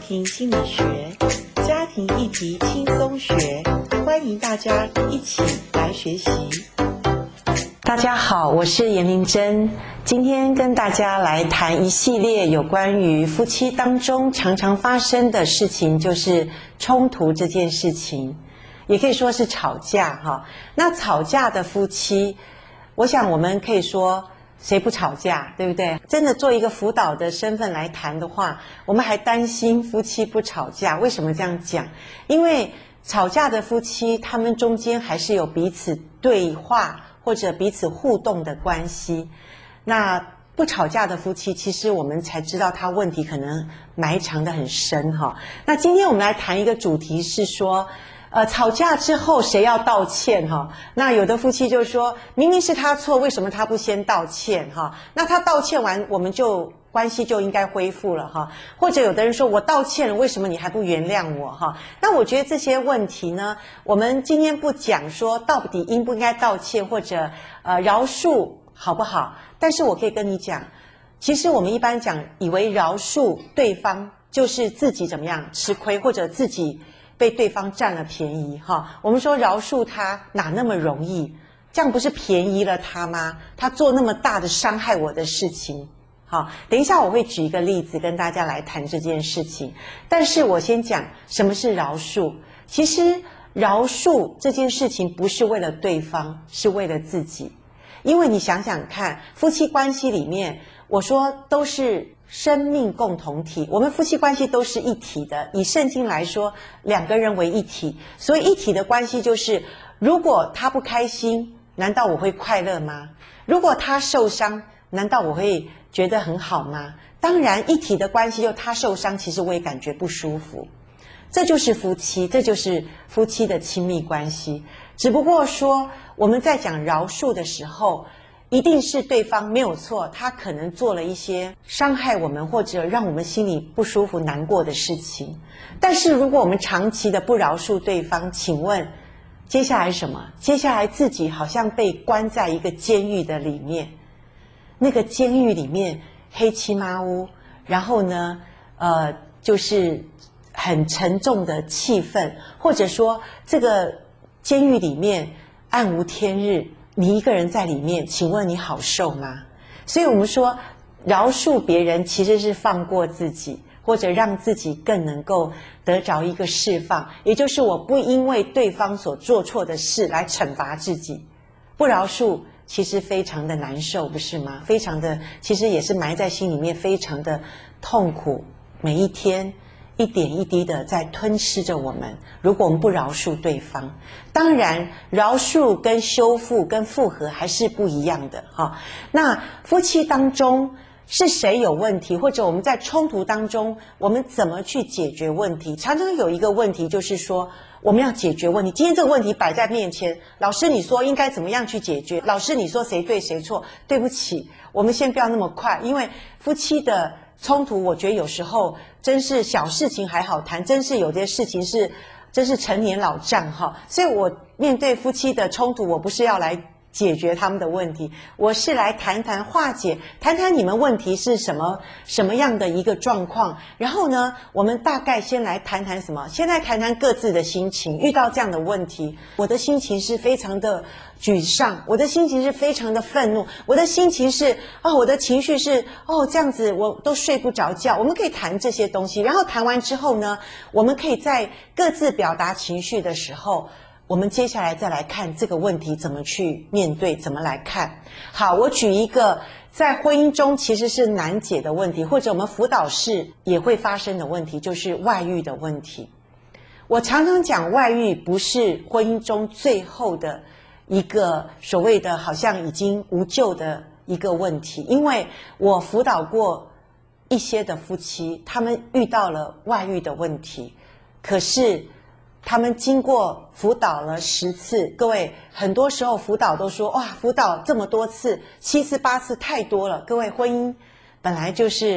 庭心理学，家庭议题轻松学，欢迎大家一起来学习。大家好，我是严玲珍，今天跟大家来谈一系列有关于夫妻当中常常发生的事情，就是冲突这件事情，也可以说是吵架哈。那吵架的夫妻，我想我们可以说谁不吵架，对不对？真的做一个辅导的身份来谈的话，我们还担心夫妻不吵架。为什么这样讲？因为吵架的夫妻，他们中间还是有彼此对话或者彼此互动的关系。那不吵架的夫妻，其实我们才知道他问题可能埋藏得很深哈。那今天我们来谈一个主题是说，吵架之后谁要道歉哈？那有的夫妻就说，明明是他错，为什么他不先道歉哈？那他道歉完，我们就关系就应该恢复了哈。或者有的人说，我道歉了，为什么你还不原谅我哈？那我觉得这些问题呢，我们今天不讲说到底应不应该道歉，或者饶恕好不好？但是我可以跟你讲，其实我们一般讲，以为饶恕对方就是自己怎么样吃亏，或者自己被对方占了便宜哈。我们说饶恕他哪那么容易？这样不是便宜了他吗？他做那么大的伤害我的事情。好，等一下我会举一个例子跟大家来谈这件事情。但是我先讲什么是饶恕。其实饶恕这件事情不是为了对方，是为了自己。因为你想想看，夫妻关系里面，我说都是生命共同体，我们夫妻关系都是一体的。以圣经来说，两个人为一体，所以一体的关系就是，如果他不开心，难道我会快乐吗？如果他受伤，难道我会觉得很好吗？当然，一体的关系就他受伤，其实我也感觉不舒服。这就是夫妻，这就是夫妻的亲密关系。只不过说，我们在讲饶恕的时候，一定是对方没有错，他可能做了一些伤害我们或者让我们心里不舒服难过的事情。但是如果我们长期的不饶恕对方，请问接下来什么？接下来自己好像被关在一个监狱的里面，那个监狱里面黑漆麻乌，然后呢就是很沉重的气氛，或者说这个监狱里面暗无天日，你一个人在里面，请问你好受吗？所以我们说饶恕别人其实是放过自己，或者让自己更能够得着一个释放，也就是我不因为对方所做错的事来惩罚自己。不饶恕其实非常的难受，不是吗？非常的，其实也是埋在心里面，非常的痛苦，每一天一点一滴的在吞噬着我们。如果我们不饶恕对方，当然饶恕跟修复跟复合还是不一样的哈。那夫妻当中是谁有问题，或者我们在冲突当中，我们怎么去解决问题？常常有一个问题就是说，我们要解决问题。今天这个问题摆在面前，老师你说应该怎么样去解决？老师你说谁对谁错？对不起，我们先不要那么快，因为夫妻的冲突，我觉得有时候真是小事情还好谈，真是有些事情是真是陈年老账哈。所以我面对夫妻的冲突，我不是要来解决他们的问题，我是来谈谈化解，谈谈你们问题是什么样的一个状况。然后呢，我们大概先来谈谈什么？先来谈谈各自的心情。遇到这样的问题，我的心情是非常的沮丧，我的心情是非常的愤怒，我的心情是我的情绪是这样子，我都睡不着觉。我们可以谈这些东西，然后谈完之后呢，我们可以在各自表达情绪的时候，我们接下来再来看这个问题怎么去面对，怎么来看。好，我举一个在婚姻中其实是难解的问题，或者我们辅导室也会发生的问题，就是外遇的问题。我常常讲，外遇不是婚姻中最后的一个所谓的好像已经无救的一个问题，因为我辅导过一些的夫妻，他们遇到了外遇的问题，可是他们经过辅导了10次，各位，很多时候辅导都说哇，辅导这么多次，7次8次太多了。各位，婚姻本来就是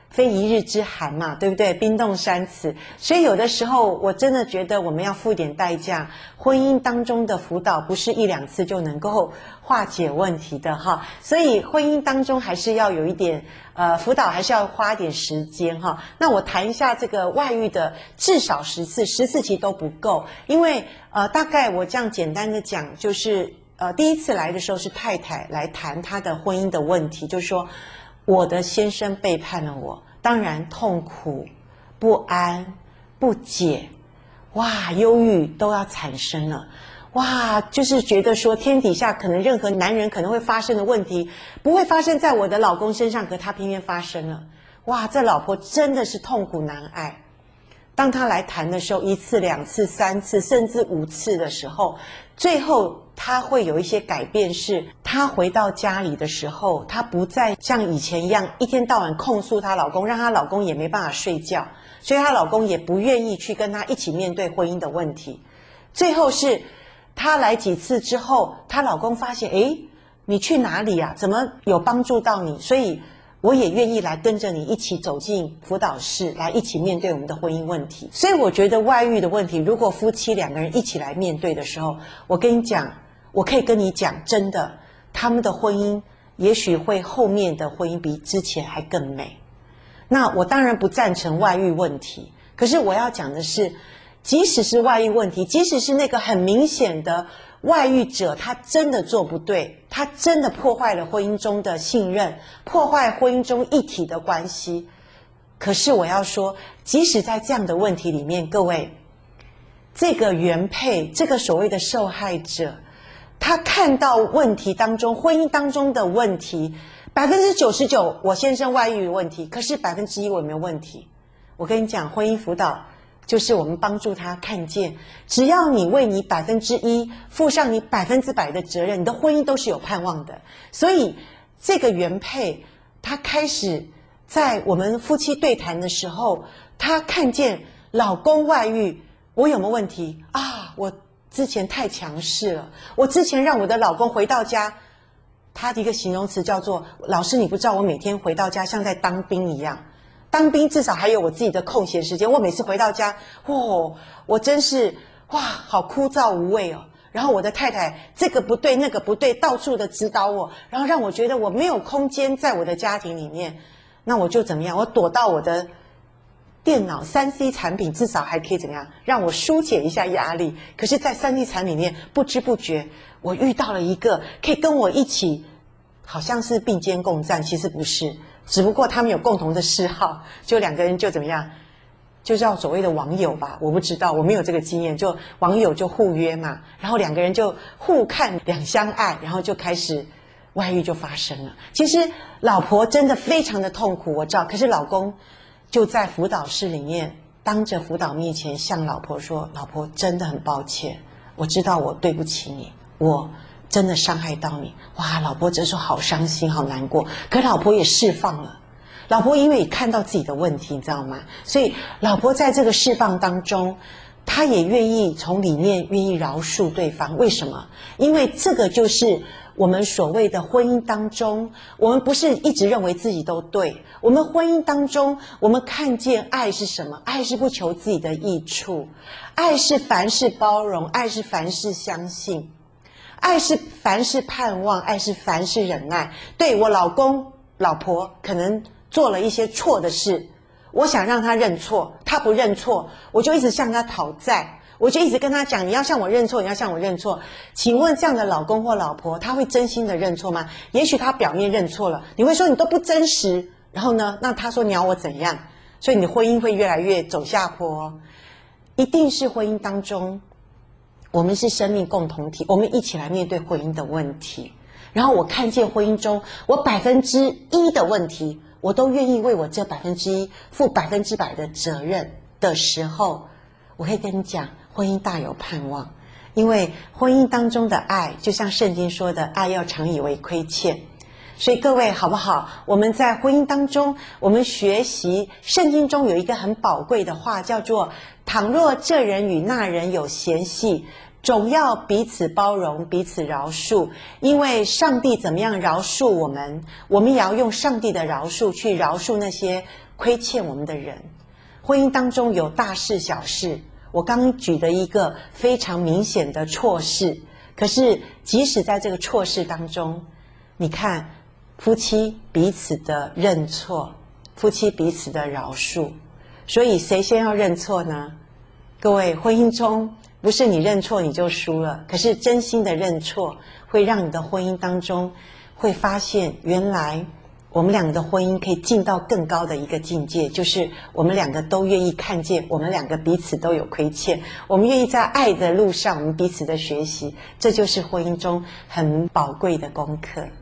非一日之寒嘛，对不对？冰冻三尺，所以有的时候我真的觉得我们要付点代价。婚姻当中的辅导不是一两次就能够化解问题的哈，所以婚姻当中还是要有一点辅导，还是要花点时间哈。那我谈一下这个外遇的，至少10次，10次其实都不够，因为大概我这样简单的讲，就是第一次来的时候是太太来谈她的婚姻的问题，就是说我的先生背叛了我，当然痛苦、不安、不解。哇，忧郁都要产生了，哇，就是觉得说天底下可能任何男人可能会发生的问题，不会发生在我的老公身上，可他偏偏发生了。哇，这老婆真的是痛苦难挨。当他来谈的时候，1次、2次、3次，甚至5次的时候，最后他会有一些改变，是他回到家里的时候，他不再像以前一样一天到晚控诉她老公，让她老公也没办法睡觉。所以她老公也不愿意去跟她一起面对婚姻的问题。最后是她来几次之后，她老公发现，诶，你去哪里啊？怎么有帮助到你？所以我也愿意来跟着你一起走进辅导室，来一起面对我们的婚姻问题。所以我觉得外遇的问题，如果夫妻2个人一起来面对的时候，我跟你讲，我可以跟你讲，真的，他们的婚姻也许会后面的婚姻比之前还更美。那我当然不赞成外遇问题，可是我要讲的是，即使是外遇问题，即使是那个很明显的外遇者，他真的做不对，他真的破坏了婚姻中的信任，破坏婚姻中一体的关系。可是我要说，即使在这样的问题里面，各位，这个原配，这个所谓的受害者，他看到问题当中，婚姻当中的问题，99%我先生外遇的问题，可是1%我没有问题。我跟你讲，婚姻辅导就是我们帮助他看见，只要你为你1%负上你100%的责任，你的婚姻都是有盼望的。所以这个原配他开始在我们夫妻对谈的时候，他看见老公外遇，我有没有问题啊？我之前太强势了，我之前让我的老公回到家，他的一个形容词叫做，老师你不知道我每天回到家像在当兵一样，当兵至少还有我自己的空闲时间，我每次回到家，我真是哇好枯燥无味哦。然后我的太太这个不对那个不对，到处的指导我，然后让我觉得我没有空间在我的家庭里面。那我就怎么样，我躲到我的电脑 3C 产品，至少还可以怎么样让我疏解一下压力。可是在 3C 产品里面，不知不觉我遇到了一个可以跟我一起好像是并肩共战，其实不是，只不过他们有共同的嗜好，就2个人就怎么样，就叫所谓的网友吧，我不知道，我没有这个经验，就网友就互约嘛，然后2个人就互看两相爱，然后就开始外遇就发生了。其实老婆真的非常的痛苦，我知道，可是老公就在辅导室里面当着辅导面前向老婆说，老婆真的很抱歉，我知道我对不起你，我真的伤害到你。哇，老婆这时候好伤心好难过，可老婆也释放了。老婆因为也看到自己的问题，你知道吗？所以老婆在这个释放当中，她也愿意从里面愿意饶恕对方。为什么？因为这个就是我们所谓的婚姻当中，我们不是一直认为自己都对，我们婚姻当中，我们看见爱是什么？爱是不求自己的益处，爱是凡事包容，爱是凡事相信，爱是凡事盼望，爱是凡事忍耐。对，我老公老婆可能做了一些错的事，我想让他认错，他不认错，我就一直向他讨债，我就一直跟他讲，你要向我认错，你要向我认错。请问这样的老公或老婆，他会真心的认错吗？也许他表面认错了，你会说你都不真实，然后呢，那他说你要我怎样？所以你的婚姻会越来越走下坡哦。一定是婚姻当中，我们是生命共同体，我们一起来面对婚姻的问题。然后我看见婚姻中我1%的问题，我都愿意为我这1%负100%的责任的时候，我可以跟你讲，婚姻大有盼望。因为婚姻当中的爱，就像圣经说的，爱要常以为亏欠。所以各位好不好，我们在婚姻当中，我们学习圣经中有一个很宝贵的话，叫做倘若这人与那人有嫌隙，总要彼此包容，彼此饶恕。因为上帝怎么样饶恕我们，我们也要用上帝的饶恕去饶恕那些亏欠我们的人。婚姻当中有大事小事，我刚举的一个非常明显的错事，可是即使在这个错事当中，你看夫妻彼此的认错，夫妻彼此的饶恕，所以谁先要认错呢？各位，婚姻中不是你认错你就输了，可是真心的认错会让你的婚姻当中会发现，原来我们两个的婚姻可以进到更高的一个境界，就是我们两个都愿意看见我们两个彼此都有亏欠，我们愿意在爱的路上我们彼此的学习，这就是婚姻中很宝贵的功课。